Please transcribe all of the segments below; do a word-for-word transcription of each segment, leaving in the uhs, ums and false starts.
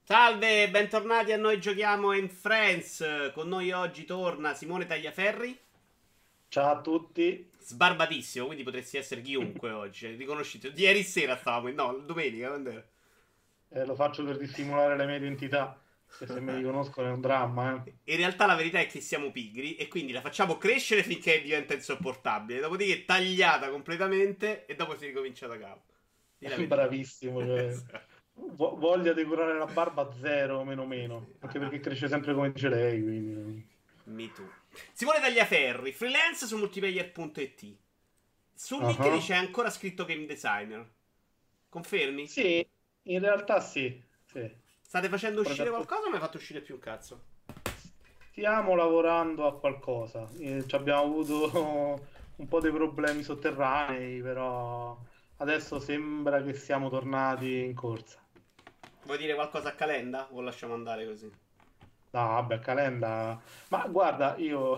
Salve, bentornati a Noi Giochiamo in Friends. Con noi oggi torna Simone Tagliaferri, Ciao a tutti. sbarbatissimo, quindi potresti essere chiunque oggi. Riconoscito. Di ieri sera stavamo, in- no, domenica, quando era? Eh, lo faccio per dissimulare la mia identità, che se mi riconoscono è un dramma, eh. In realtà la verità è che siamo pigri e quindi la facciamo crescere finché diventa insopportabile. Dopodiché tagliata completamente e dopo si ricomincia da capo. Dì la verità. Bravissimo, cioè, vo- voglia di curare la barba zero, meno Sì, meno, ah, anche ah. perché cresce sempre come dice lei, quindi... Me too. Simone Tagliaferri, freelance su multiplayer punto it. Su LinkedIn Ah. c'è ancora scritto game designer. Confermi? Sì, in realtà sì, sì. State facendo Poi da uscire tu- qualcosa o mi hai fatto uscire più un cazzo? Stiamo lavorando a qualcosa. Eh, ci abbiamo avuto un po' dei problemi sotterranei, però adesso sembra che siamo tornati in corsa. Vuoi dire qualcosa a Calenda o lasciamo andare così? No, vabbè, Calenda. Ma guarda, io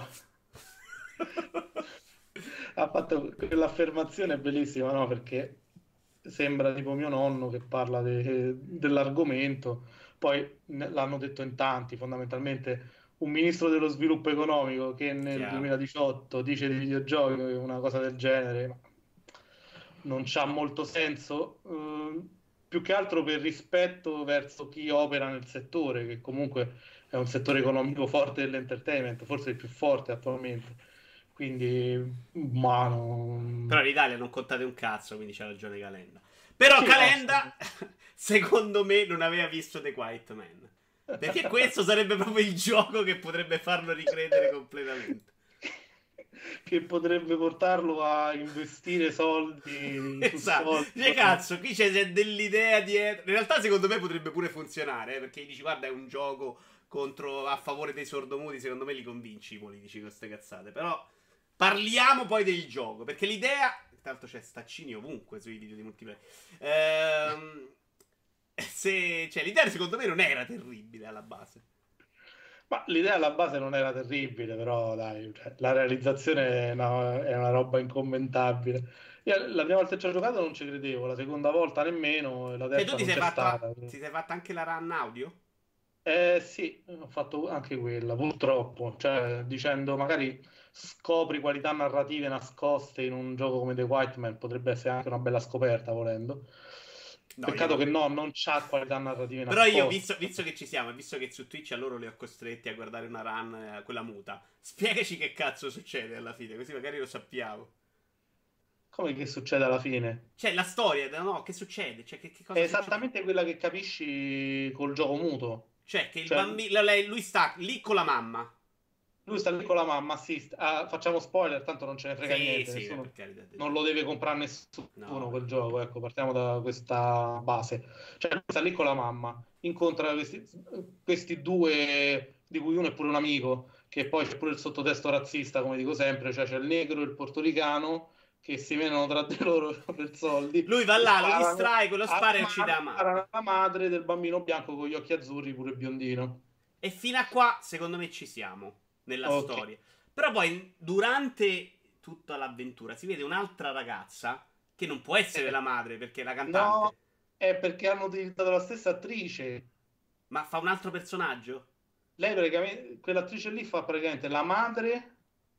ha fatto quell'affermazione bellissima, no? Perché sembra tipo mio nonno che parla de- dell'argomento. Poi ne- l'hanno detto in tanti, fondamentalmente un ministro dello sviluppo economico che nel Chiaro. duemiladiciotto dice di videogiochi una cosa del genere, ma non c'ha molto senso. Eh, più che altro per rispetto verso chi opera nel settore, che comunque è un settore economico forte dell'entertainment, forse il più forte attualmente. Quindi, Però umano. in Italia non contate un cazzo, quindi c'ha ragione Calenda. Però Sì, no, sì. Calenda, secondo me, non aveva visto The Quiet Man. Perché questo sarebbe proprio il gioco che potrebbe farlo ricredere completamente. Che potrebbe portarlo a investire soldi su Esatto. soldi. Cioè, cazzo, qui c'è dell'idea dietro. In realtà, secondo me, potrebbe pure funzionare. Eh, perché dici, guarda, è un gioco contro, a favore dei sordomuti. Secondo me li convinci i politici con queste cazzate. Però parliamo poi del gioco. Perché l'idea. Tra l'altro, c'è staccini ovunque sui video di multiplayer. Ehm. Se, cioè, l'idea, secondo me, non era terribile alla base. Ma l'idea alla base non era terribile, però dai, cioè, la realizzazione è una, è una roba incommentabile. Io la prima volta che ci ho giocato non ci credevo, la seconda volta nemmeno, e la Cioè, tu terza ti non sei c'è fatta. stata. Ti sei fatta anche la run audio? Eh sì, ho fatto anche quella, purtroppo, cioè dicendo magari scopri qualità narrative nascoste in un gioco come The White Man, potrebbe essere anche una bella scoperta volendo. No, io Peccato no. che no, non c'ha qualità narrative Però io, nascoste. visto, visto che ci siamo, e visto che su Twitch a loro li ho costretti a guardare una run, eh, quella muta, spiegaci che cazzo succede alla fine, così magari lo sappiamo. Come che succede alla fine? Cioè, la storia, no, no, che succede? Cioè, che, che È cosa succede? esattamente quella che capisci col gioco muto. Cioè, che il Cioè, bambino, lei, lui sta lì con la mamma. lui sta lì con la mamma, assist. Ah, facciamo spoiler, tanto non ce ne frega Sì, niente, sì, per nessuno, carità di non Dio. lo deve comprare No, nessuno per quel carità. gioco, ecco, partiamo da questa base. Cioè, lui sta lì con la mamma, incontra questi, questi due, di cui uno è pure un amico, che poi c'è pure il sottotesto razzista, come dico sempre, cioè c'è il negro e il portoricano che si menano tra di loro per soldi Lui va e là, lo sparano distrae, quello alla spara e uccide madre, la sparano madre. alla madre del bambino bianco con gli occhi azzurri, pure biondino. E fino a qua, secondo me, ci siamo nella Ok. storia. Però poi, durante tutta l'avventura, si vede un'altra ragazza che non può essere Eh, la madre perché è la No, cantante, è perché hanno utilizzato la stessa attrice. ma fa un altro personaggio. Lei praticamente, quell'attrice lì fa praticamente la madre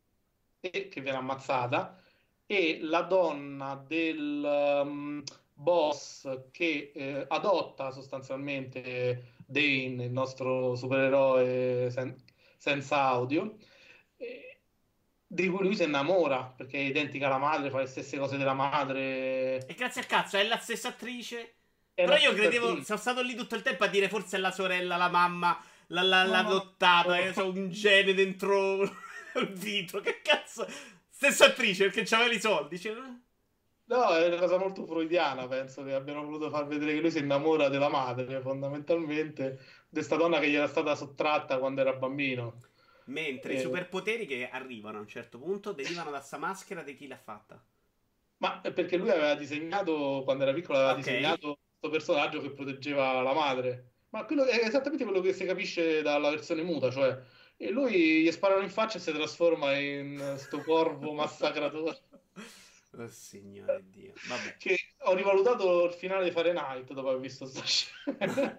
e- che viene ammazzata e la donna del um, boss che eh, adotta sostanzialmente Dane, il nostro supereroe sen- senza audio, eh, di cui lui si innamora perché è identica alla madre, fa le stesse cose della madre. E grazie al cazzo, è la stessa attrice. È Però la io stessa credevo, attrice. sono stato lì tutto il tempo a dire forse è la sorella, la mamma, la, la, No, no, l'adottata, no. che so, un gene dentro il vitro. Che cazzo? Stessa attrice perché c'aveva i soldi. Cioè, No, è una cosa molto freudiana, penso che abbiano voluto far vedere che lui si innamora della madre, fondamentalmente, di questa donna che gli era stata sottratta quando era bambino. mentre i Eh, superpoteri che arrivano a un certo punto derivano da sta maschera di chi l'ha fatta. ma è perché lui aveva disegnato, quando era piccolo, aveva Ok. disegnato questo personaggio che proteggeva la madre. Ma quello è esattamente quello che si capisce dalla versione muta, cioè, e lui gli sparano in faccia e si trasforma in sto corvo massacratore. Oh signore Dio. Vabbè. Che ho rivalutato il finale di Fahrenheit dopo aver visto sta scena.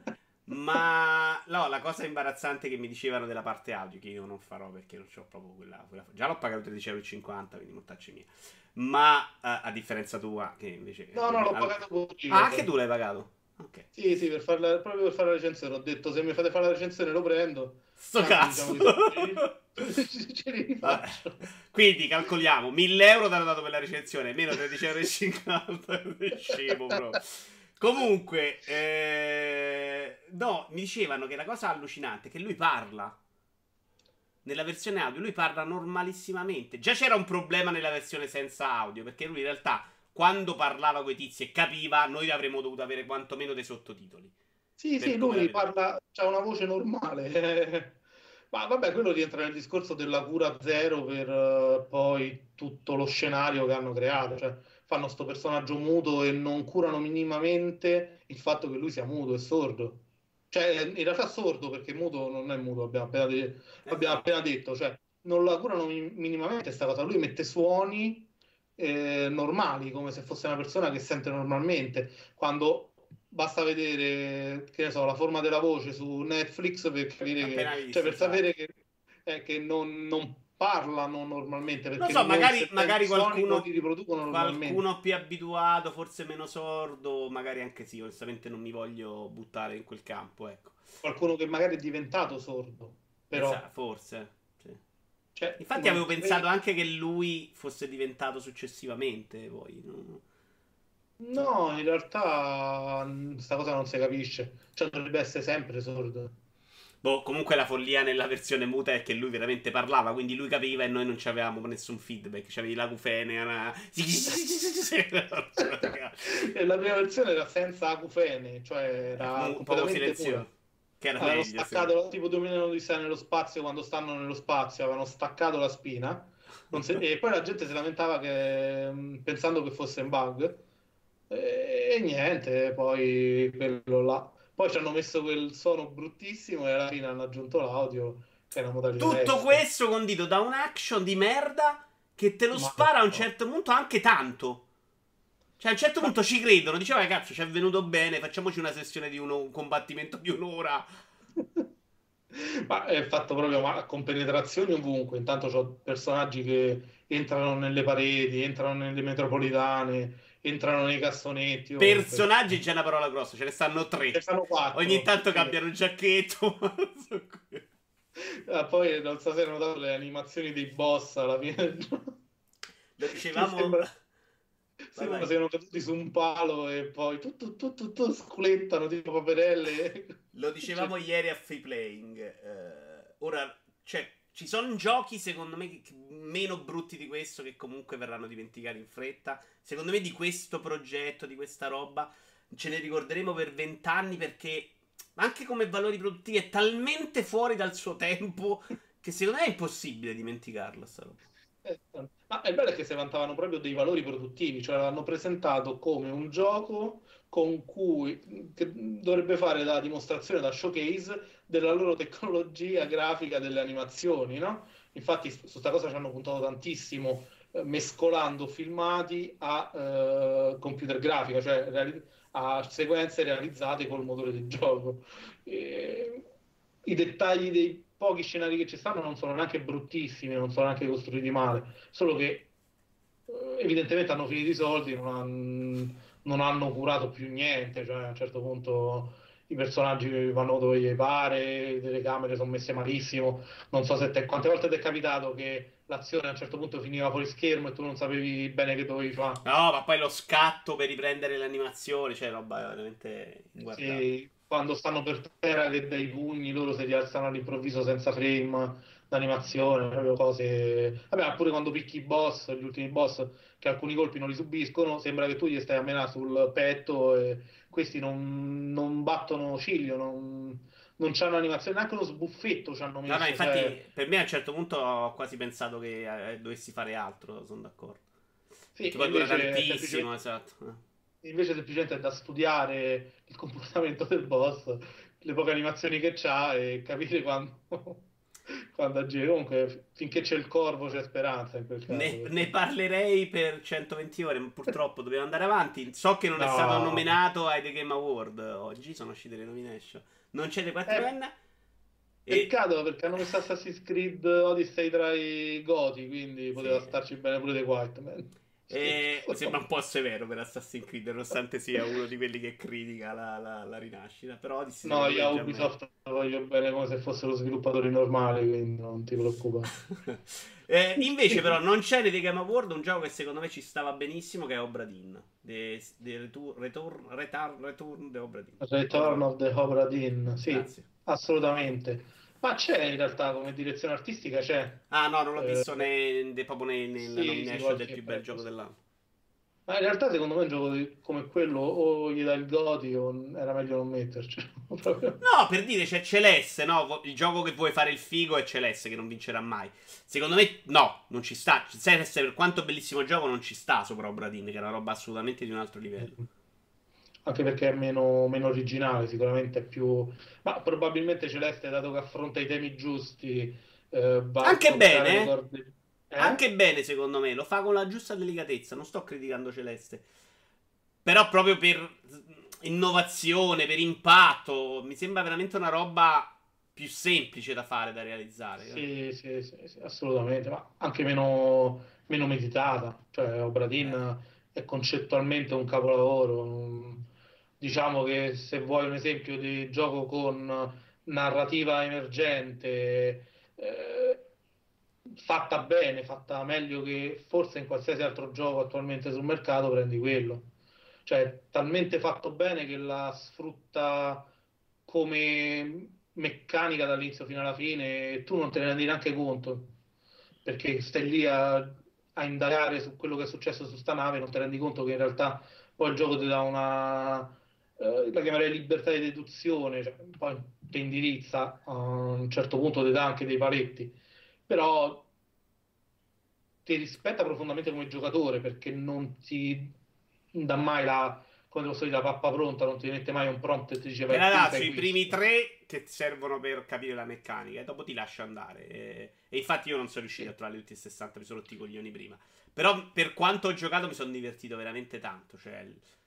Ma no, la cosa imbarazzante che mi dicevano della parte audio, che io non farò perché non c'ho proprio quella, quella- già l'ho pagato tredici e cinquanta euro, quindi mortacci mia. Ma eh, a differenza tua, che invece... No, no, l'ho al- pagato pure Ah, io. anche tu l'hai pagato? Ok. Sì, sì, per farla, proprio per fare la recensione. Ho detto, se mi fate fare la recensione lo prendo. Sto Tanto cazzo. diciamo di soldi ce li Vabbè. rifaccio. Quindi calcoliamo mille euro ti hanno dato per la recensione, meno tredici e cinquanta euro. Scemo proprio. Comunque, eh, no, mi dicevano che la cosa allucinante è che lui parla. Nella versione audio lui parla normalissimamente. Già c'era un problema nella versione senza audio, perché lui in realtà quando parlava coi tizi e capiva, noi avremmo dovuto avere quantomeno dei sottotitoli. Sì, Per sì, come la lui vedo. parla, c'ha una voce normale. eh. Ma vabbè, quello rientra nel discorso della cura zero per eh, poi tutto lo scenario che hanno creato. Cioè, fanno sto personaggio muto e non curano minimamente il fatto che lui sia muto e sordo. Cioè, in realtà è sordo perché muto non è muto, abbiamo appena, de- abbiamo Esatto. appena detto. Cioè, non la curano mi- minimamente questa cosa. Lui mette suoni eh, normali, come se fosse una persona che sente normalmente. Quando basta vedere, che ne so, la forma della voce su Netflix per capire Appena che, cioè visto, per esatto. sapere che, eh, che non, non parlano normalmente, Non perché so, non magari, sentendo magari i suoni non li qualcuno, riproducono normalmente. qualcuno più abituato, forse meno sordo, magari anche sì, onestamente non mi voglio buttare in quel campo, ecco. Qualcuno che magari è diventato sordo, Esatto, però, forse. Sì. cioè, Infatti avevo non pensato credo. anche che lui fosse diventato successivamente, poi. No? No, in realtà mh, sta cosa non si capisce. Cioè, dovrebbe essere sempre sordo. Boh, comunque la follia nella versione muta è che lui veramente parlava, quindi lui capiva e noi non avevamo nessun feedback. C'avevi l'acufene, una... E la prima versione era senza acufene, cioè Eh, era mu- proprio completamente muta. silenzioso. Che era Avevano meglio, secondo staccato, tipo Dominion Odissea nello spazio, quando stanno nello spazio, avevano staccato la spina. Non se- me. e poi la gente si lamentava che, mh, pensando che fosse un bug. E, e niente, poi quello là. Poi ci hanno messo quel suono bruttissimo e alla fine hanno aggiunto l'audio, che è una modalità Tutto extra. questo condito da un action di merda che te lo Ma spara a un no. certo punto anche tanto. Cioè, a un certo Ma punto ci credono. Diceva, cazzo, ci è venuto bene. Facciamoci una sessione di uno- un combattimento di un'ora. Ma è fatto proprio ma- con penetrazioni ovunque. Intanto ho personaggi che entrano nelle pareti, entrano nelle metropolitane, entrano nei cassonetti, ovunque. Personaggi c'è una parola grossa, ce ne stanno Ce ne tre. stanno Ogni quattro, tanto sì. cambiano il giacchetto. Ah, poi non so se hai notato le animazioni dei boss alla fine. Lo Che dicevamo. sembra, Vai, sembra vai. siano caduti su un palo e poi tutto, tutto, tutto sculettano tipo paperelle. Lo Cioè, dicevamo ieri a Free Playing. Eh, ora, cioè, ci sono giochi, secondo me, che- che meno brutti di questo, che comunque verranno dimenticati in fretta. Secondo me, di questo progetto, di questa roba, ce ne ricorderemo per vent'anni perché anche come valori produttivi è talmente fuori dal suo tempo che secondo me è impossibile dimenticarlo. Sta roba. Eh, Ma è bello che si vantavano proprio dei valori produttivi, cioè l'hanno presentato come un gioco con cui che dovrebbe fare da dimostrazione, da showcase della loro tecnologia grafica delle animazioni, no? Infatti su questa cosa ci hanno puntato tantissimo, eh, mescolando filmati a eh, computer grafica, cioè reali- a sequenze realizzate col motore del gioco. E i dettagli dei pochi scenari che ci stanno non sono neanche bruttissimi, non sono neanche costruiti male, solo che eh, evidentemente hanno finito i soldi, non, han- non hanno curato più niente, cioè a un certo punto i personaggi vanno dove gli pare, le telecamere sono messe malissimo, non so se te, quante volte ti è capitato che l'azione a un certo punto finiva fuori schermo e tu non sapevi bene che dovevi fare. No, ma poi lo scatto per riprendere l'animazione, cioè roba veramente inguardabile. Sì, quando stanno per terra che dai pugni loro si rialzano all'improvviso senza frame d'animazione, proprio cose. Vabbè, ma pure quando picchi i boss, gli ultimi boss, che alcuni colpi non li subiscono, sembra che tu gli stai a menare sul petto e questi non, non battono ciglio, non, non c'hanno animazione, neanche uno sbuffetto ci hanno No, no, messo, cioè. infatti per me a un certo punto ho quasi pensato che eh, dovessi fare altro, sono d'accordo. Sì, Perché e poi dura invece tantissimo, semplicemente, esatto. Eh. invece semplicemente è da studiare il comportamento del boss, le poche animazioni che c'ha e capire quando. quando agire. Comunque, finché c'è il corvo c'è speranza in quel caso. Ne, ne Perché... parlerei per centoventi ore, ma purtroppo dobbiamo andare avanti. So che non è stato No, nominato ai The Game Award oggi, sono uscite le nomination. Non c'è le quattro è N e peccato perché hanno messo Assassin's Creed Odyssey tra i Goti, quindi poteva sì. starci bene pure The White Man. E sembra Schifo. un po' severo per Assassin's Creed, nonostante sia uno di quelli che critica la, la- la rinascita. Però Odyssey No, secondo me io è a già meglio. Ubisoft lo voglio bene come se fossero sviluppatori normali, quindi non ti preoccupare. Eh, invece, però, non c'è nei The Game Award un gioco che secondo me ci stava benissimo, che è Obra Dinn. The, the Return, Return, Return, Return di Obra Dinn. Return Obra- of the Obra Dinn, sì, Grazie. assolutamente. Ma c'è in realtà come direzione artistica, c'è. Ah, no, non l'ho Eh, visto né, né- proprio né- nella sì, sì, nomination del qualche più bel premio, gioco sì. dell'anno. Ma in realtà secondo me un gioco di- come quello o gli dai il Goti o era meglio non metterci. Proprio. No, per dire c'è Celeste, no? Il gioco che vuoi fare il figo è Celeste, che non vincerà mai. Secondo me, no, non ci sta. Celeste, per quanto bellissimo gioco, non ci sta sopra Obra Dinn, che è una roba assolutamente di un altro livello. Anche perché è meno, meno originale, sicuramente è più... Ma probabilmente Celeste, dato che affronta i temi giusti, eh, va a Anche toccare le bene, eh? corde... Eh? Anche bene, secondo me. Lo fa con la giusta delicatezza. Non sto criticando Celeste. Però proprio per innovazione, per impatto, mi sembra veramente una roba più semplice da fare, da realizzare. eh. Sì, sì, sì, sì, assolutamente, ma anche meno, meno meditata. Cioè, Eh. Obradin è concettualmente un capolavoro. non- Diciamo che se vuoi un esempio di gioco con narrativa emergente, eh, fatta bene, fatta meglio che forse in qualsiasi altro gioco attualmente sul mercato, prendi quello. Cioè, talmente fatto bene che la sfrutta come meccanica dall'inizio fino alla fine e tu non te ne rendi neanche conto, perché stai lì a, a indagare su quello che è successo su sta nave, non ti rendi conto che in realtà poi il gioco ti dà una, eh, la chiamerei libertà di deduzione, cioè, poi ti indirizza, a un certo punto ti dà anche dei paletti, però ti rispetta profondamente come giocatore perché non ti dà mai la, come posso dire, la pappa pronta, non ti mette mai un prompt e ti dice Te vai la qui, dà fai sui primi questo. tre che servono per capire la meccanica e dopo ti lascia andare. E, e infatti io non sono riuscito a Sì. trovare tutti i sessanta, mi sono rotti i coglioni prima. Però per quanto ho giocato mi sono divertito veramente tanto. Cioè,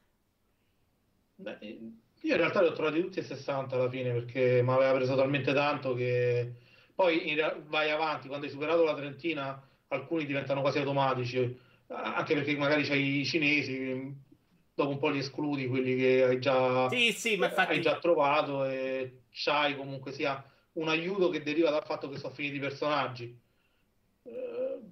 Beh, io in realtà li ho trovati tutti e sessanta alla fine perché mi aveva preso talmente tanto che poi in rea- vai avanti, quando hai superato la trentina alcuni diventano quasi automatici, anche perché magari c'hai i cinesi, dopo un po' li escludi quelli che hai già, sì, sì, ma eh, hai infatti già trovato e c'hai comunque sia un aiuto che deriva dal fatto che sono finiti i personaggi. Eh,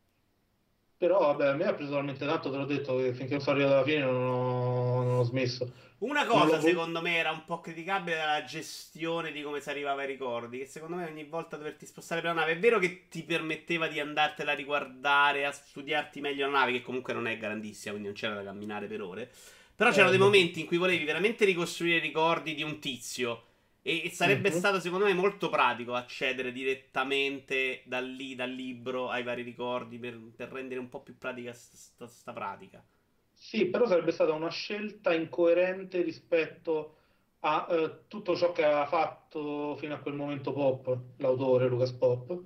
Però vabbè, a me ha preso talmente tanto, te l'ho detto, che finché non sono arrivato alla fine non ho, non ho smesso. una Non l'ho cosa voluto. secondo me era un po' criticabile era la gestione di come si arrivava ai ricordi. Che secondo me ogni volta doverti spostare per la nave è vero che ti permetteva di andartela a riguardare, a studiarti meglio la nave, che comunque non è grandissima, quindi non c'era da camminare per ore. Però c'erano Eh, dei molto. momenti in cui volevi veramente ricostruire i ricordi di un tizio. E, e sarebbe Mhm. stato secondo me molto pratico accedere direttamente da lì, dal libro, ai vari ricordi per, per rendere un po' più pratica sta, sta- sta pratica. Sì, però sarebbe stata una scelta incoerente rispetto a eh, tutto ciò che aveva fatto fino a quel momento Pop, l'autore Lucas Pop.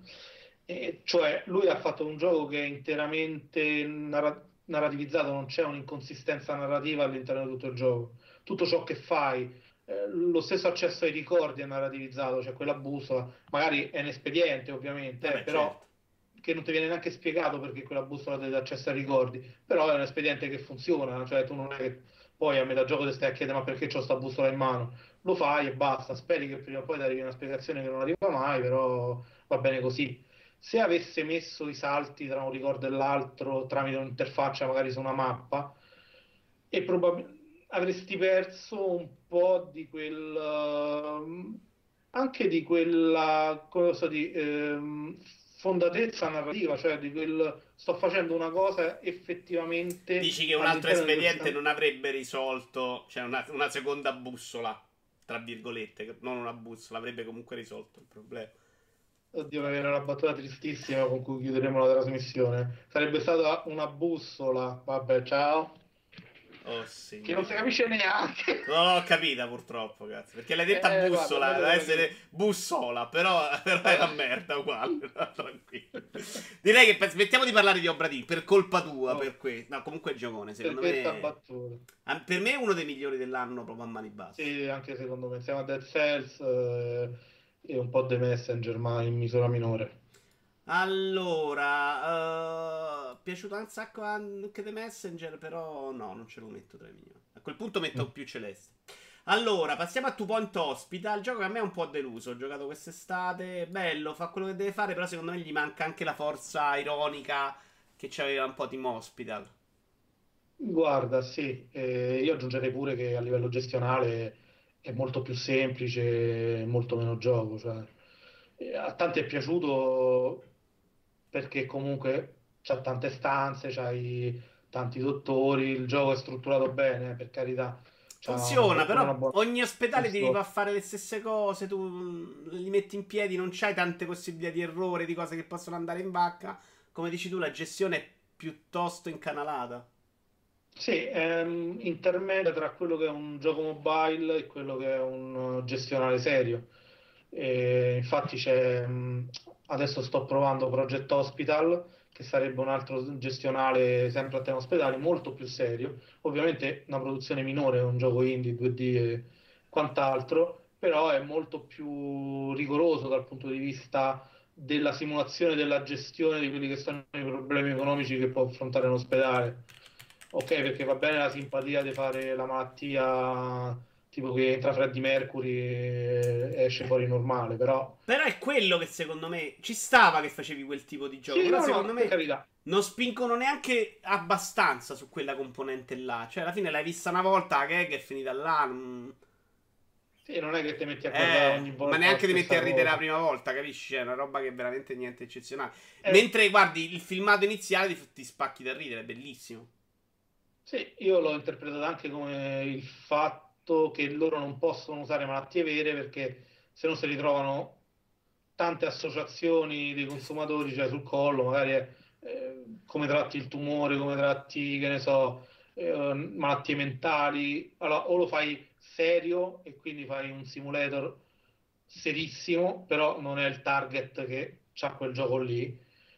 E cioè, lui ha fatto un gioco che è interamente narra- narrativizzato, non c'è un'inconsistenza narrativa all'interno di tutto il gioco. Tutto ciò che fai, eh, lo stesso accesso ai ricordi è narrativizzato, c'è quella bussola, magari è un espediente ovviamente, eh, Vabbè, però certo. che non ti viene neanche spiegato perché quella bussola ti dà accesso ai ricordi, però è un espediente che funziona, cioè tu non è che poi a metà gioco ti stai a chiedere ma perché c'ho sta bussola in mano, lo fai e basta, speri che prima o poi ti arrivi una spiegazione che non arriva mai, però va bene così. Se avesse messo i salti tra un ricordo e l'altro tramite un'interfaccia magari su una mappa, e probabilmente avresti perso un po' di quel, ehm, anche di quella, come posso dire, ehm, fondatezza narrativa, cioè di quel sto facendo una cosa Dici effettivamente che un altro all'interno di espediente questa... non avrebbe risolto, cioè una, una seconda bussola, tra virgolette, non una bussola, avrebbe comunque risolto il problema. Oddio, mi viene una battuta tristissima con cui chiuderemo la trasmissione. Sarebbe stata una bussola. Vabbè, ciao. Oh che non si signore. capisce neanche. Non l'ho capita purtroppo, cazzo. Perché l'hai detta Eh, guarda, bussola, meglio deve come che... essere bussola, però, però è Eh. una merda uguale. No, tranquillo. Direi che per- smettiamo di parlare di Obra Dinn per colpa tua, Oh, per questo. No, comunque è giocone, per secondo questa me. battuta. ah, Per me è uno dei migliori dell'anno proprio a mani basse. Sì, anche secondo me, insieme a Dead Cells eh, e un po' The Messenger, ma in misura minore. Allora, eh, piaciuto un sacco anche The Messenger, però no, non ce lo metto tra i migliori. A quel punto metto Mm. più Celeste. Allora, passiamo a Two Point Hospital, il gioco che a me è un po' deluso. Ho giocato quest'estate, bello, fa quello che deve fare, però secondo me gli manca anche la forza ironica che c'aveva un po' Team Hospital. Guarda, sì, eh, io aggiungerei pure che a livello gestionale è molto più semplice, molto meno gioco. Cioè, eh, a tanti è piaciuto perché comunque c'ha tante stanze, c'hai tanti dottori, il gioco è strutturato bene, per carità, c'ha Funziona, pure una però buona ogni ospedale ti storia. va a fare le stesse cose, tu mm, li metti in piedi, non c'hai tante possibilità di errore, di cose che possono andare in vacca. Come dici tu, la gestione è piuttosto incanalata. Sì, è un intermedio tra quello che è un gioco mobile e quello che è un eh, gestionale serio. E infatti c'è, mh, adesso sto provando Project Hospital, che sarebbe un altro gestionale sempre a tema ospedale, molto più serio. Ovviamente una produzione minore, è un gioco indie, due D e quant'altro, però è molto più rigoroso dal punto di vista della simulazione della gestione di quelli che sono i problemi economici che può affrontare un ospedale. Ok, perché va bene la simpatia di fare la malattia tipo che entra Freddie Mercury e esce fuori normale, però Però è quello che secondo me ci stava che facevi quel tipo di gioco. sì, Però no, secondo no, per me carità. non spingono neanche abbastanza su quella componente là. Cioè, alla fine l'hai vista una volta, la gag è finita là. non- Sì, non è che ti metti a guardare ogni Eh, ma volta la neanche ti metti a stessa ridere la cosa. prima volta, capisci? È una roba che è veramente niente eccezionale. Eh, Mentre guardi il filmato iniziale, ti, ti spacchi da ridere, è bellissimo. sì, io l'ho interpretato anche come il fatto che loro non possono usare malattie vere perché se no si ritrovano tante associazioni dei consumatori, cioè sul collo, magari è, eh, come tratti il tumore, come tratti, che ne so, eh, malattie mentali. Allora, o lo fai serio e quindi fai un simulator serissimo, però non è il target che c'ha quel gioco lì,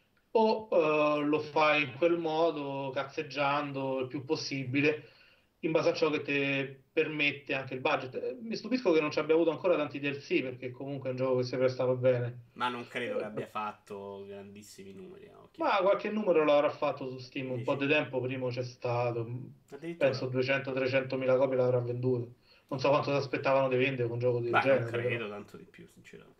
o eh, lo fai in quel modo, cazzeggiando il più possibile, in base a ciò che ti permette anche il budget. Eh, Mi stupisco che non ci abbia avuto ancora tanti D L C, perché comunque è un gioco che si prestava bene. Ma non credo che Eh, abbia fatto grandissimi numeri a occhio e ma croce. qualche numero l'avrà fatto su Steam, un po' Dici? di tempo prima c'è stato, Addirittura. penso duecento trecento mila copie l'avrà venduto. Non so quanto si aspettavano di vendere con un gioco del Beh, non genere, però. credo tanto di più, sinceramente.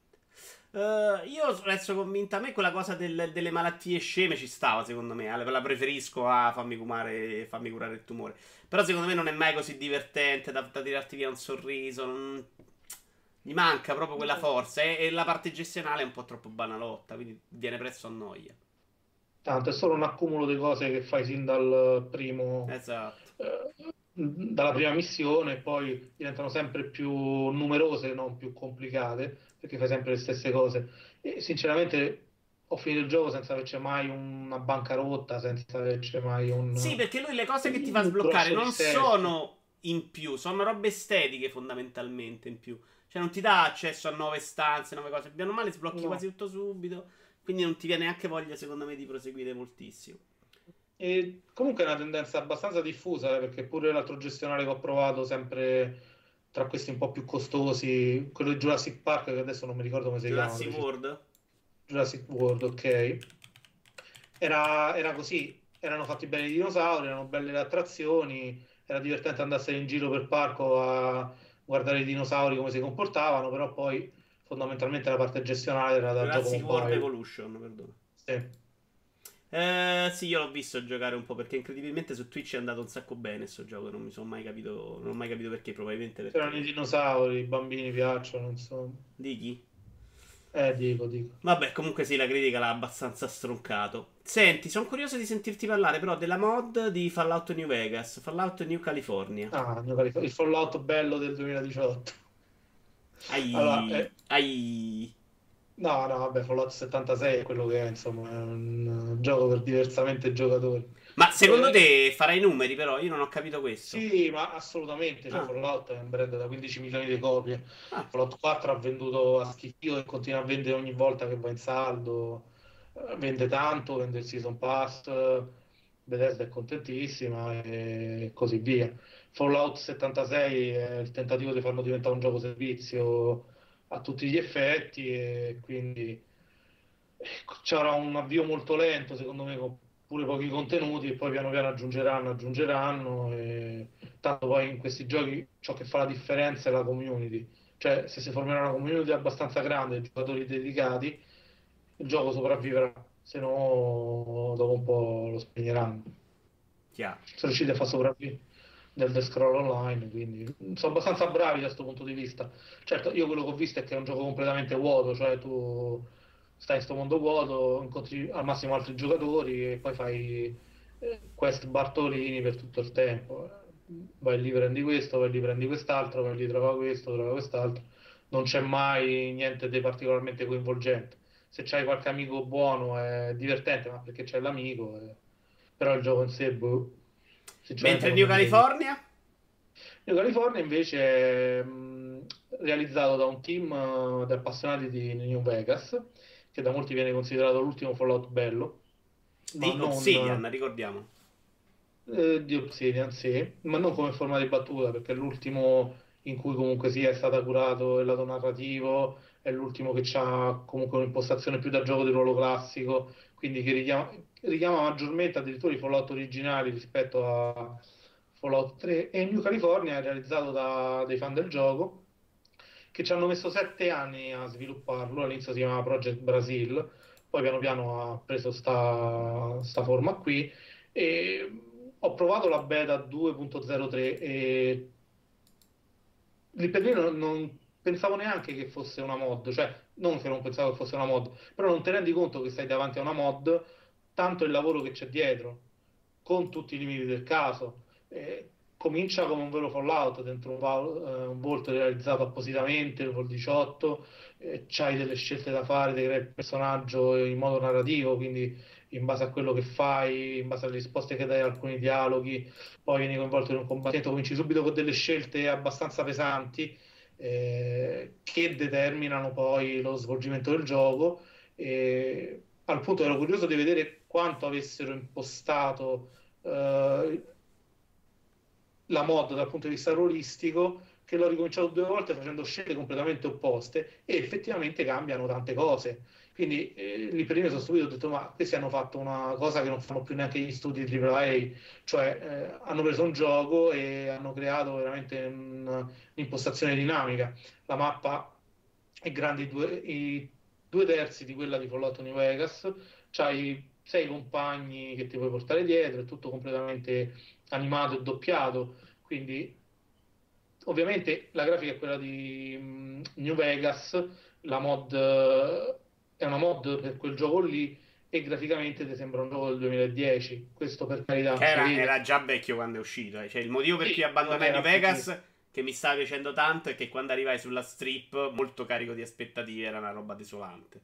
Eh, io resto convinta. A me quella cosa del- delle malattie sceme ci stava, secondo me. eh, La preferisco a fammi curare, fammi curare il tumore. Però secondo me non è mai così divertente da, da tirarti via un sorriso. non- Gli manca proprio quella forza. E, e la parte gestionale è un po' troppo banalotta, quindi viene presto a noia. Tanto è solo un accumulo di cose che fai sin dal primo, Esatto. eh, dalla prima missione, e poi diventano sempre più numerose, non più complicate, perché fai sempre le stesse cose. E sinceramente ho finito il gioco senza averci mai una bancarotta, senza averci mai Sì, un, perché lui le cose che ti fa un sbloccare grosso non dissesto. sono in più, sono robe estetiche fondamentalmente in più. Cioè non ti dà accesso a nuove stanze, nuove cose. Bene o male sblocchi No. quasi tutto subito. Quindi non ti viene neanche voglia, secondo me, di proseguire moltissimo. E comunque è una tendenza abbastanza diffusa, eh, perché pure l'altro gestionale che ho provato, sempre tra questi un po' più costosi, quello di Jurassic Park, che adesso non mi ricordo come si chiama, Jurassic preciso. World? Jurassic World, ok. Era, era così, erano fatti bene i dinosauri, erano belle le attrazioni, era divertente andarsene in giro per parco a guardare i dinosauri come si comportavano, però poi fondamentalmente la parte gestionale era da gioco Jurassic World mobile. Evolution, perdono. Sì. Eh, sì, io l'ho visto giocare un po' perché incredibilmente su Twitch è andato un sacco bene sto gioco. Non mi sono mai capito. Non ho mai capito perché. Probabilmente C'erano i perché. dinosauri, i bambini piacciono, insomma. Dighi? Eh, dico, dico. Vabbè, comunque sì, la critica l'ha abbastanza stroncato. Senti, sono curioso di sentirti parlare però della mod di Fallout New Vegas, Fallout New California. Ah, New Calif- il Fallout bello del duemiladiciotto. Allora, Ai. eh, Ai. no, no, vabbè, Fallout settantasei è quello che è, insomma, è un eh, gioco per diversamente giocatori. Ma secondo Eh, te farai i numeri, però? Io non ho capito questo. sì, ma assolutamente, cioè Ah, Fallout è un brand da quindici milioni di copie. ah. Fallout quattro ha venduto a schifo e continua a vendere ogni volta che va in saldo. Eh, Vende tanto, vende il Season Pass, eh, Bethesda è contentissima e così via. Fallout settantasei è il tentativo di farlo diventare un gioco servizio a tutti gli effetti e quindi ecco, c'era un avvio molto lento, secondo me, con pure pochi contenuti e poi piano piano aggiungeranno, aggiungeranno e tanto poi in questi giochi ciò che fa la differenza è la community. Cioè, se si formerà una community abbastanza grande di giocatori dedicati, il gioco sopravviverà, se no dopo un po' lo spegneranno. Chiaro. Sono riusciti a far sopravvivere del The Scroll Online, quindi sono abbastanza bravi da questo punto di vista. Certo, io quello che ho visto è che è un gioco completamente vuoto, cioè tu stai in questo mondo vuoto, incontri al massimo altri giocatori e poi fai eh, quest Bartolini per tutto il tempo. Vai lì, prendi questo, vai lì, prendi quest'altro, vai lì, trova questo, trova quest'altro. Non c'è mai niente di particolarmente coinvolgente. Se c'hai qualche amico buono è divertente, ma perché c'è l'amico, eh. Però il gioco in sé, boh, sinceramente Mentre non New mi chiede. California? New California invece è mh, realizzato da un team eh, di appassionati di New Vegas, che da molti viene considerato l'ultimo Fallout bello, ma Di non Obsidian, ricordiamo. eh, di Obsidian, sì, ma non come forma di battuta, perché è l'ultimo in cui comunque sia è stato curato il lato narrativo, è l'ultimo che ha comunque un'impostazione più da gioco di ruolo classico, quindi che richiama, richiama maggiormente addirittura i Fallout originali rispetto a Fallout tre. E New California è realizzato da dei fan del gioco che ci hanno messo sette anni a svilupparlo, all'inizio si chiamava Project Brasil, poi piano piano ha preso sta, sta forma qui e ho provato la beta due punto zero tre e lì per lì non, non pensavo neanche che fosse una mod, cioè non che non pensavo che fosse una mod, però non ti rendi conto che stai davanti a una mod, tanto il lavoro che c'è dietro, con tutti i limiti del caso. Eh, comincia come un vero Fallout, dentro un, val- eh, un volto realizzato appositamente, il Vol diciotto, eh, c'hai delle scelte da fare, devi creare il personaggio in modo narrativo, quindi in base a quello che fai, in base alle risposte che dai a alcuni dialoghi, poi vieni coinvolto in un combattimento, cominci subito con delle scelte abbastanza pesanti eh, che determinano poi lo svolgimento del gioco. E al punto ero curioso di vedere quanto avessero impostato eh, la mod dal punto di vista ruolistico, che l'ho ricominciato due volte facendo scelte completamente opposte e effettivamente cambiano tante cose. Quindi eh, lì per lì mi sono stupito, ho detto ma questi hanno fatto una cosa che non fanno più neanche gli studi tripla A, cioè eh, hanno preso un gioco e hanno creato veramente un- un'impostazione dinamica. La mappa è grande i due, i due terzi di quella di Fallout New Vegas, c'hai sei compagni che ti puoi portare dietro, è tutto completamente animato e doppiato, quindi ovviamente la grafica è quella di mh, New Vegas, la mod eh, è una mod per quel gioco lì e graficamente ti sembra un gioco del duemiladieci, questo per Che carità si era, vede. era già vecchio quando è uscito. eh. Cioè, il motivo per cui Sì, non abbandonai New era più. Vegas, che mi stava piacendo tanto, è che quando arrivai sulla strip, molto carico di aspettative, era una roba desolante.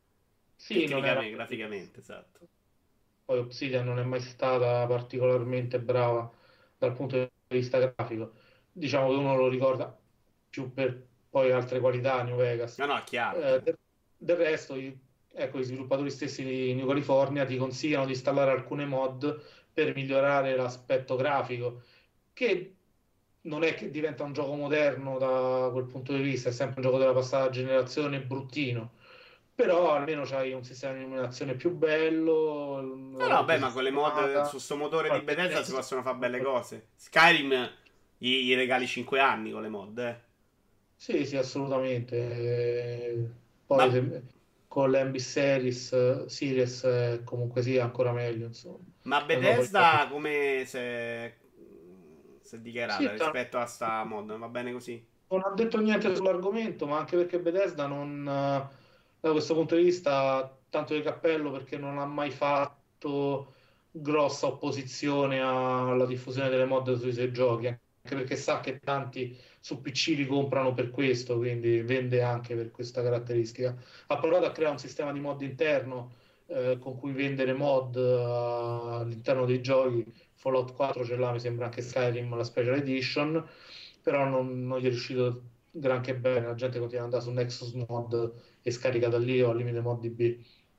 Sì, non era Tecnicamente, più. graficamente, esatto. Poi Obsidian non è mai stata particolarmente brava dal punto di vista grafico. Diciamo che uno lo ricorda più per poi altre qualità, New Vegas. No, no, è chiaro, Eh, chiaro. del, del resto, i, ecco, i sviluppatori stessi di New California ti consigliano di installare alcune mod per migliorare l'aspetto grafico, che non è che diventa un gioco moderno da quel punto di vista, è sempre un gioco della passata generazione bruttino, però almeno c'hai un sistema di illuminazione più bello, No, la no, beh, gente ma con le mod sistemata, su sto motore di qualche Bethesda si testo. possono fare belle cose. Skyrim gli, gli regali cinque anni con le mod, eh. Sì, sì, assolutamente. Eh, Ma, Poi se- con le M B Series, eh, Series eh, comunque sia ancora meglio, insomma. ma Vengono fuori cose. Bethesda come si è, si è Sì, dichiarata ta- rispetto a sta mod? Va bene così? non ha detto niente sull'argomento, ma anche perché Bethesda non, eh, da questo punto di vista, tanto di cappello perché non ha mai fatto grossa opposizione alla diffusione delle mod sui suoi giochi, anche perché sa che tanti su P C li comprano per questo, quindi vende anche per questa caratteristica. Ha provato a creare un sistema di mod interno, eh, con cui vendere mod eh, all'interno dei giochi. Fallout quattro ce l'ha, mi sembra anche Skyrim, la Special Edition, però non, non gli è riuscito granché bene, la gente continua ad andare su Nexus Mod e scarica da lì o al limite mod D B.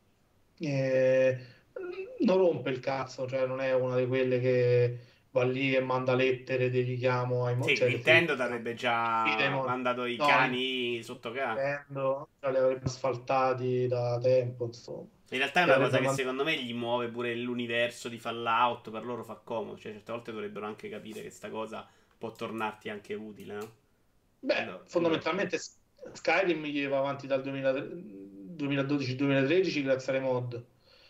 E non rompe il cazzo, cioè non è una di quelle che va lì e manda lettere di richiamo ai mod, Sì, cioè le Nintendo ti richiamo, avrebbe sfide ai già mod. mandato i No, cani sotto casa. Nintendo cioè, li avrebbe asfaltati da tempo, insomma. In realtà è Li una cosa avrebbe che mandato. secondo me gli muove pure l'universo di Fallout, per loro fa comodo, cioè certe volte dovrebbero anche capire che sta cosa può tornarti anche utile, no? E Beh, lo, e lo- fondamentalmente S- Skyrim gli va avanti dal duemila duemiladodici-duemilatredici grazie alle mod.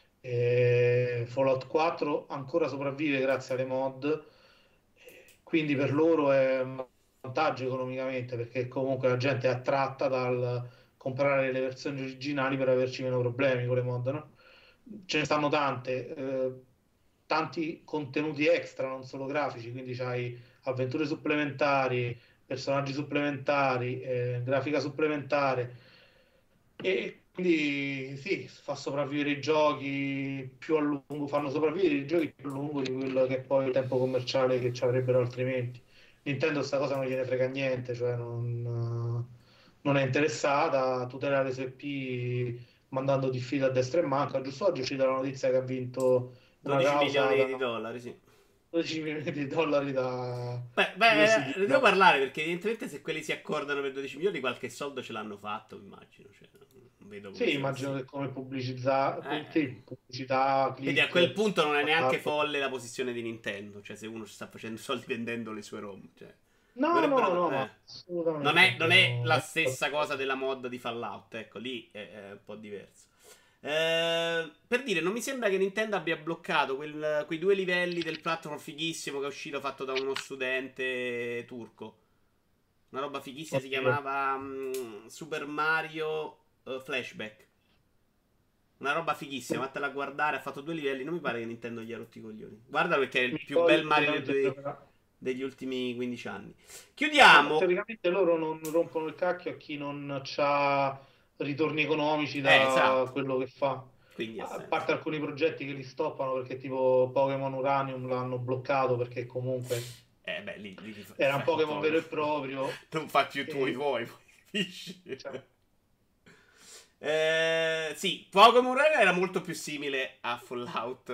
E Fallout quattro ancora sopravvive grazie alle mod, quindi per loro è un vantaggio economicamente perché comunque la gente è attratta dal comprare le versioni originali per averci meno problemi con le mod, no? Ce ne stanno tante, eh, tanti contenuti extra, non solo grafici, quindi c'hai avventure supplementari, personaggi supplementari, eh, grafica supplementare e quindi sì, fa sopravvivere i giochi più a lungo, fanno sopravvivere i giochi più a lungo di quello che è poi il tempo commerciale che ci avrebbero altrimenti. Nintendo sta cosa non gliene frega niente, cioè non, non è interessata, tutela le sue I P mandando diffide a destra e manca. Giusto oggi è uscita la notizia che ha vinto una dodici causa milioni da di dollari, sì. dodici milioni di dollari da Beh, diversi beh, eh, ne devo developer. parlare perché evidentemente se quelli si accordano per dodici milioni qualche soldo ce l'hanno fatto, immagino. Cioè, non vedo come Sì, sia immagino che possibile. come pubblicizza, pu- Eh. sì, pubblicità, Quindi a quel click, punto non è neanche quant'altro. folle la posizione di Nintendo. Cioè, se uno ci sta facendo soldi vendendo le sue ROM. Cioè, No, no, dovrebbero. no, ma Eh. Non è, assolutamente non è no. la stessa cosa della mod di Fallout. Ecco, lì è, è un po' diverso. Eh, per dire, non mi sembra che Nintendo abbia bloccato quel- quei due livelli del platform fighissimo che è uscito fatto da uno studente turco. Una roba fighissima si Oddio. chiamava mm, Super Mario eh, Flashback. Una roba fighissima, vattela a guardare. Ha fatto due livelli. Non mi pare che Nintendo gli ha rotti i coglioni. Guarda perché è il Mi più ricordo bel Mario assolutamente dei- giocherà. degli ultimi quindici anni. Ma Chiudiamo. teoricamente loro non rompono il cacchio a chi non ha ritorni economici Eh, da esatto. quello che fa. Quindi ha A senso. parte alcuni progetti che li stoppano perché tipo Pokémon Uranium l'hanno bloccato perché comunque Eh, beh, lì, lì ti fa- era un fai un Pokémon po'. vero e proprio. Non fa più tuoi E, vuoi, poi capisci? cioè, Eh, sì, Pokémon Red era molto più simile a Fallout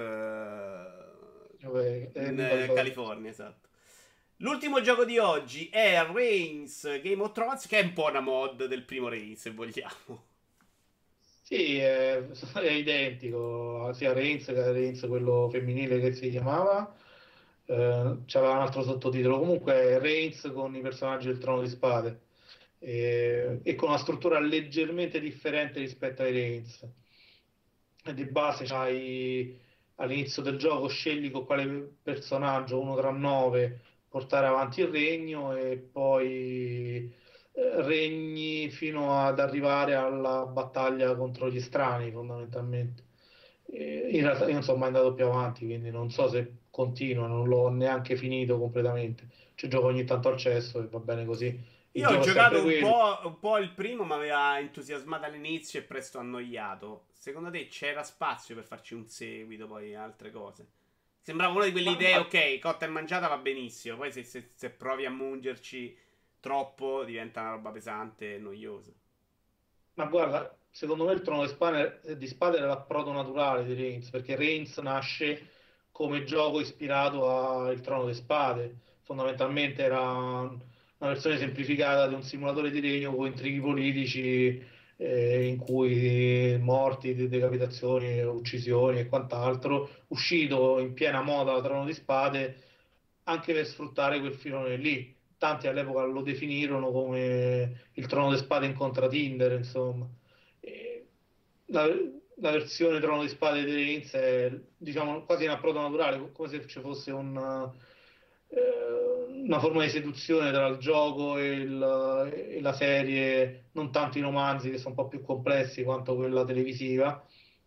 eh, vabbè, è in New eh, California. California, esatto. L'ultimo gioco di oggi è Reigns Game of Thrones, che è un po' una mod del primo Reigns, se vogliamo. Sì, è, è identico, sia Reigns che Reigns, quello femminile che si chiamava, eh, c'aveva un altro sottotitolo, comunque è Reigns con i personaggi del Trono di Spade e, e con una struttura leggermente differente rispetto ai Reigns. E di base c'hai all'inizio del gioco scegli con quale personaggio, uno tra nove, portare avanti il regno e poi eh, regni fino ad arrivare alla battaglia contro gli strani, fondamentalmente. E in realtà io non sono mai andato più avanti, quindi non so se continua, non l'ho neanche finito completamente. Ci gioco ogni tanto al cesso e va bene così. Il Io ho gioco è sempre giocato un quello. po', un po' il primo, mi aveva entusiasmato all'inizio e presto annoiato. Secondo te c'era spazio per farci un seguito, poi altre cose? Sembrava una di quelle Ma idee, guarda, ok, cotta e mangiata va benissimo. Poi se, se- se provi a mungerci troppo diventa una roba pesante e noiosa. Ma guarda, secondo me il Trono di Spade, di Spade era l'approdo naturale di Reigns, perché Reigns nasce come gioco ispirato al Trono di Spade. Fondamentalmente era una versione semplificata di un simulatore di regno con intrighi politici eh, in cui morti, de- decapitazioni, uccisioni e quant'altro, uscito in piena moda da Trono di Spade anche per sfruttare quel filone lì. Tanti all'epoca lo definirono come il Trono di Spade incontra Tinder, insomma. E la, la versione Trono di Spade di Reigns è diciamo quasi in approdo naturale, come se ci fosse un, eh, una forma di seduzione tra il gioco e, il- e la serie, non tanto i romanzi che sono un po' più complessi quanto quella televisiva.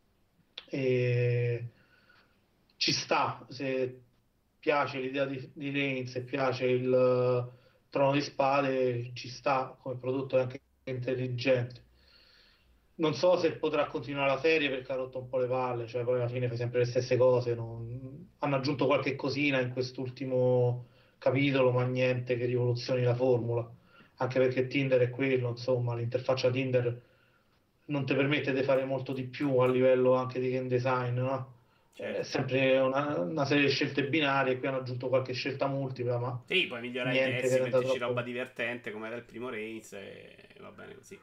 E ci sta, se piace l'idea di, di Reigns, se piace il uh, Trono di Spade, ci sta come prodotto, è anche intelligente. non so se potrà continuare la serie perché ha rotto un po' le palle, cioè poi alla fine fa sempre le stesse cose. non- Hanno aggiunto qualche cosina in quest'ultimo capitolo, ma niente che rivoluzioni la formula. Anche perché Tinder è quello, insomma, l'interfaccia Tinder non ti permette di fare molto di più a livello anche di game design, no? È Certo. sempre una, una serie di scelte binarie, qui hanno aggiunto qualche scelta multipla, ma Sì, puoi migliorare i niente che pezzi, renda metterci roba troppo. divertente come era il primo Race e va bene così.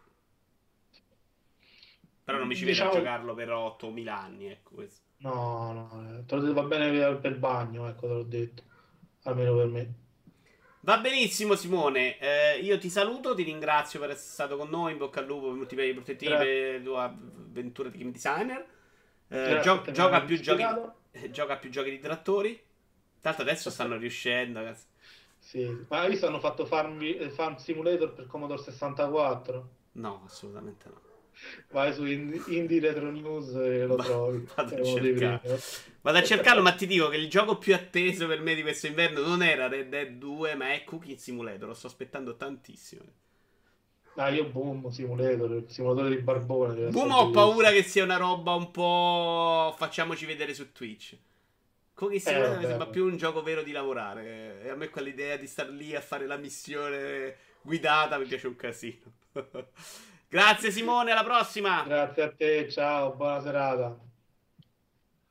Però non mi ci vedo a Diciamo, giocarlo per ottomila anni, ecco questo. no, no, eh, te lo va bene per per il bagno, ecco, te l'ho detto, almeno per me. Va benissimo Simone, eh, io ti saluto, ti ringrazio per essere stato con noi, in bocca al lupo per Multiplayer Protettivi, Gra- per la tua avventura di game designer. Eh, grazie a gio- te per gioca a avermi più giochi di, spiegato. eh, gioca a più giochi di trattori. Tanto adesso stanno Aspetta, riuscendo, cazzo. sì, ma hai visto hanno fatto Farm, eh, Farm Simulator per Commodore sessantaquattro? No, assolutamente no. Vai su Indie, Indie Retro News e lo Va- trovi, Vado è a uno dei primi. cercare. Vado a cercarlo, ma ti dico che il gioco più atteso per me di questo inverno non era Red Dead due, ma è Cooking Simulator. Lo sto aspettando tantissimo. Ah, io boom, Simulator, il simulatore di Barbone deve Boom, essere ho paura bellissimo. che sia una roba un po'. Facciamoci vedere su Twitch. Cooking Eh, Simulator mi vabbè, sembra vabbè. più un gioco vero di lavorare. E a me quell'idea di star lì a fare la missione guidata mi piace un casino. Grazie Simone, alla prossima! Grazie a te, ciao, buona serata.